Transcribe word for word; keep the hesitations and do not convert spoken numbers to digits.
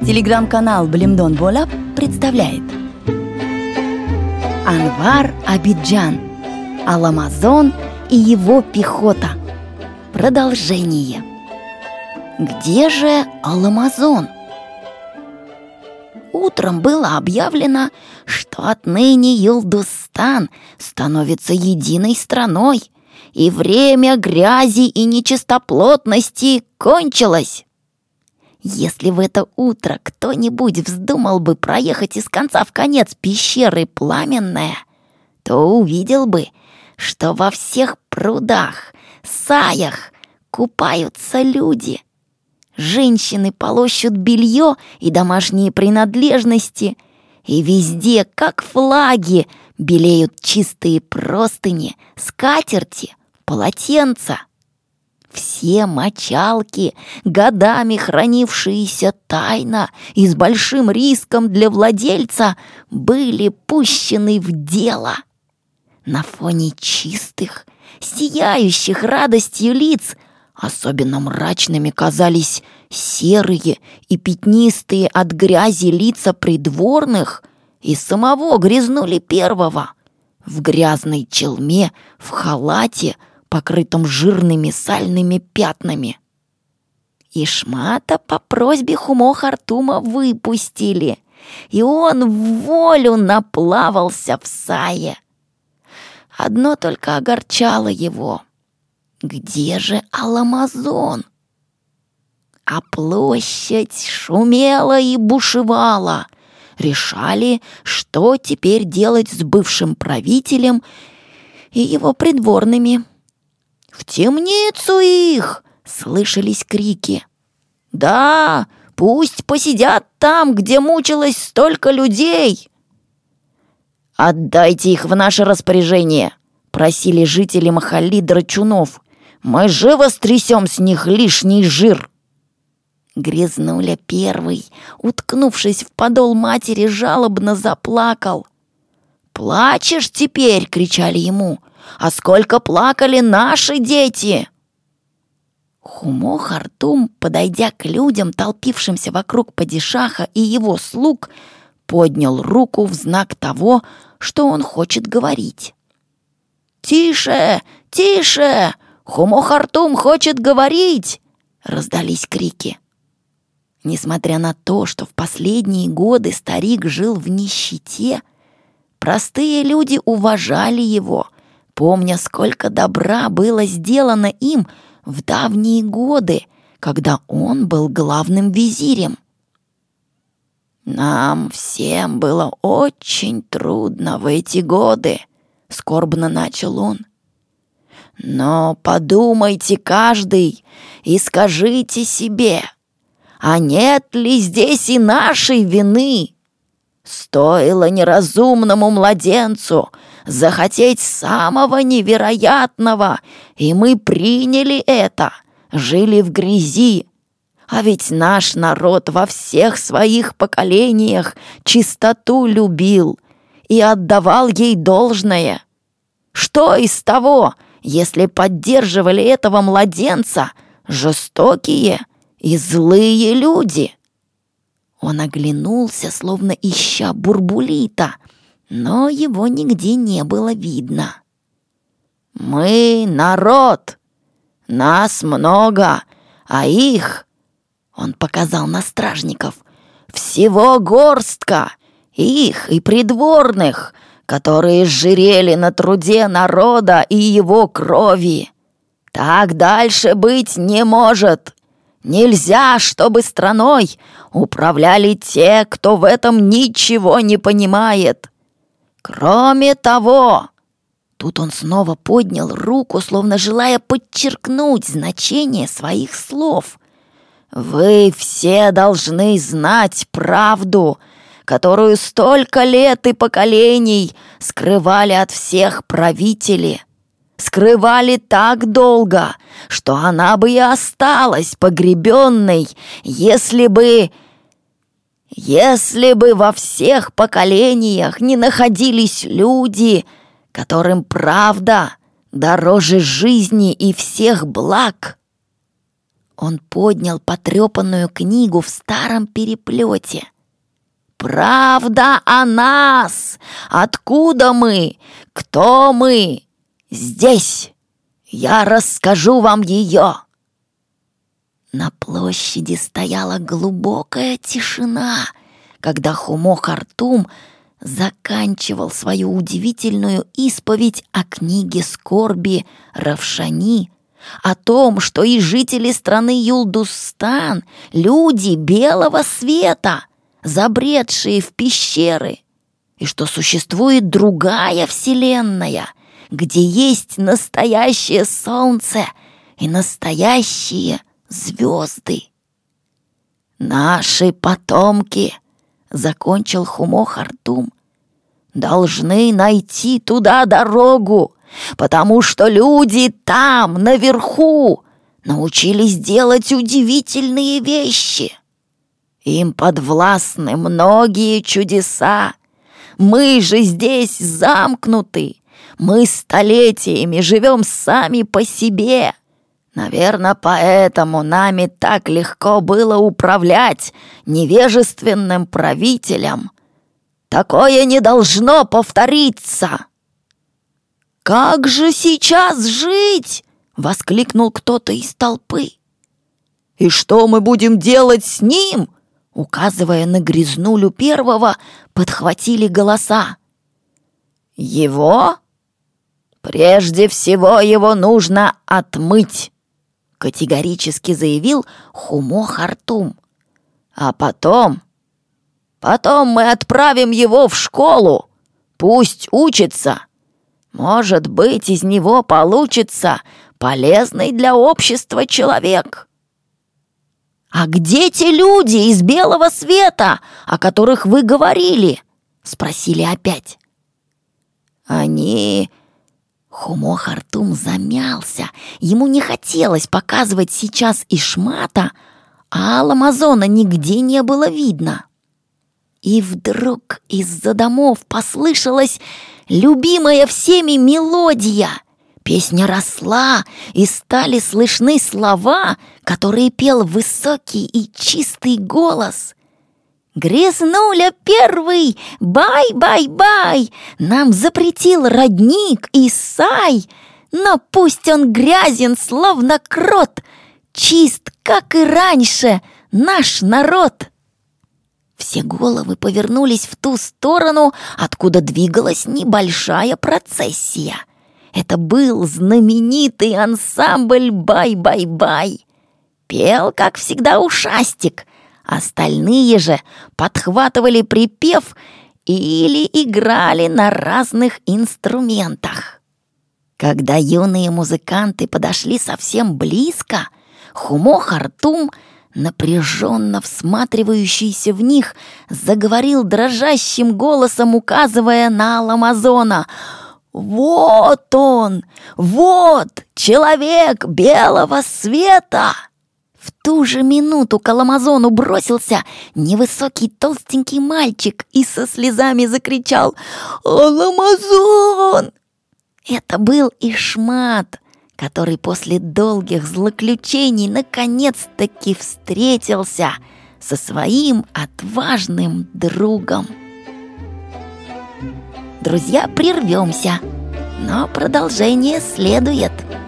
Телеграм-канал Блимдон Болап представляет Анвар Абиджан, Аламазон и его пехота. Продолжение. Где же Аламазон? Утром было объявлено, что отныне Йылдызстан становится единой страной, и время грязи и нечистоплотности кончилось. Если в это утро кто-нибудь вздумал бы проехать из конца в конец пещеры Пламенная, то увидел бы, что во всех прудах, саях купаются люди. Женщины полощут белье и домашние принадлежности, и везде, как флаги, белеют чистые простыни, скатерти, полотенца. Все мочалки, годами хранившиеся тайно и с большим риском для владельца, были пущены в дело. На фоне чистых, сияющих радостью лиц особенно мрачными казались серые и пятнистые от грязи лица придворных и самого Грязнули Первого в грязной челме, в халате, покрытом жирными сальными пятнами. Ишмата по просьбе Хумо-Хартума выпустили, и он в волю наплавался в сае. Одно только огорчало его: где же Аламазон? А площадь шумела и бушевала. Решали, что теперь делать с бывшим правителем и его придворными. «В темницу их!» — слышались крики. «Да, пусть посидят там, где мучилось столько людей!» «Отдайте их в наше распоряжение!» — просили жители Махалли драчунов. «Мы живо стрясем с них лишний жир!» Грязнуля Первый, уткнувшись в подол матери, жалобно заплакал. «Плачешь теперь!» — кричали ему. «А сколько плакали наши дети!» Хумо-Хартум, подойдя к людям, толпившимся вокруг падишаха и его слуг, поднял руку в знак того, что он хочет говорить. «Тише! Тише! Хумо-Хартум хочет говорить!» — раздались крики. Несмотря на то, что в последние годы старик жил в нищете, простые люди уважали его, помня, сколько добра было сделано им в давние годы, когда он был главным визирем. «Нам всем было очень трудно в эти годы», — скорбно начал он. «Но подумайте каждый и скажите себе, а нет ли здесь и нашей вины? Стоило неразумному младенцу захотеть самого невероятного, и мы приняли это, жили в грязи. А ведь наш народ во всех своих поколениях чистоту любил и отдавал ей должное. Что из того, если поддерживали этого младенца жестокие и злые люди?» Он оглянулся, словно ища Бурбулита, но его нигде не было видно. «Мы народ, нас много, а их, — он показал на стражников, — всего горстка, их и придворных, которые сжирели на труде народа и его крови. Так дальше быть не может. Нельзя, чтобы страной управляли те, кто в этом ничего не понимает. Кроме того...» Тут он снова поднял руку, словно желая подчеркнуть значение своих слов. «Вы все должны знать правду, которую столько лет и поколений скрывали от всех правители. Скрывали так долго, что она бы и осталась погребенной, если бы... Если бы во всех поколениях не находились люди, которым правда дороже жизни и всех благ». Он поднял потрепанную книгу в старом переплете. «Правда о нас! Откуда мы? Кто мы? Здесь! Я расскажу вам ее!» На площади стояла глубокая тишина, когда Хумо Хартум заканчивал свою удивительную исповедь о книге скорби Равшани, о том, что и жители страны Юлдустан — люди белого света, забредшие в пещеры, и что существует другая вселенная, где есть настоящее солнце и настоящие звезды. «Наши потомки», — закончил Хумо Хартум, — «должны найти туда дорогу, потому что люди там, наверху, научились делать удивительные вещи. Им подвластны многие чудеса. Мы же здесь замкнуты. Мы столетиями живем сами по себе. Наверное, поэтому нами так легко было управлять невежественным правителем. Такое не должно повториться». «Как же сейчас жить?» — воскликнул кто-то из толпы. «И что мы будем делать с ним?» — указывая на Грязнулю Первого, подхватили голоса. «Его? Прежде всего его нужно отмыть», — категорически заявил Хумо Хартум. «А потом... потом мы отправим его в школу. Пусть учится. Может быть, из него получится полезный для общества человек». «А где те люди из белого света, о которых вы говорили?» — спросили опять. «Они...» Хумо Хартум замялся. Ему не хотелось показывать сейчас Ишмата, а Аламазона нигде не было видно. И вдруг из-за домов послышалась любимая всеми мелодия. Песня росла, и стали слышны слова, которые пел высокий и чистый голос. «Грязнуля Первый, бай-бай-бай, нам запретил родник Исай, но пусть он грязен, словно крот, чист, как и раньше, наш народ». Все головы повернулись в ту сторону, откуда двигалась небольшая процессия. Это был знаменитый ансамбль «Бай-бай-бай». Пел, как всегда, ушастик. Остальные же подхватывали припев или играли на разных инструментах. Когда юные музыканты подошли совсем близко, Хумо Хартум, напряженно всматривающийся в них, заговорил дрожащим голосом, указывая на Аламазона: «Вот он! Вот человек белого света!» В ту же минуту к Аламазону бросился невысокий толстенький мальчик и со слезами закричал: «Аламазон!» Это был Ишмат, который после долгих злоключений наконец-таки встретился со своим отважным другом. Друзья, прервемся, но продолжение следует.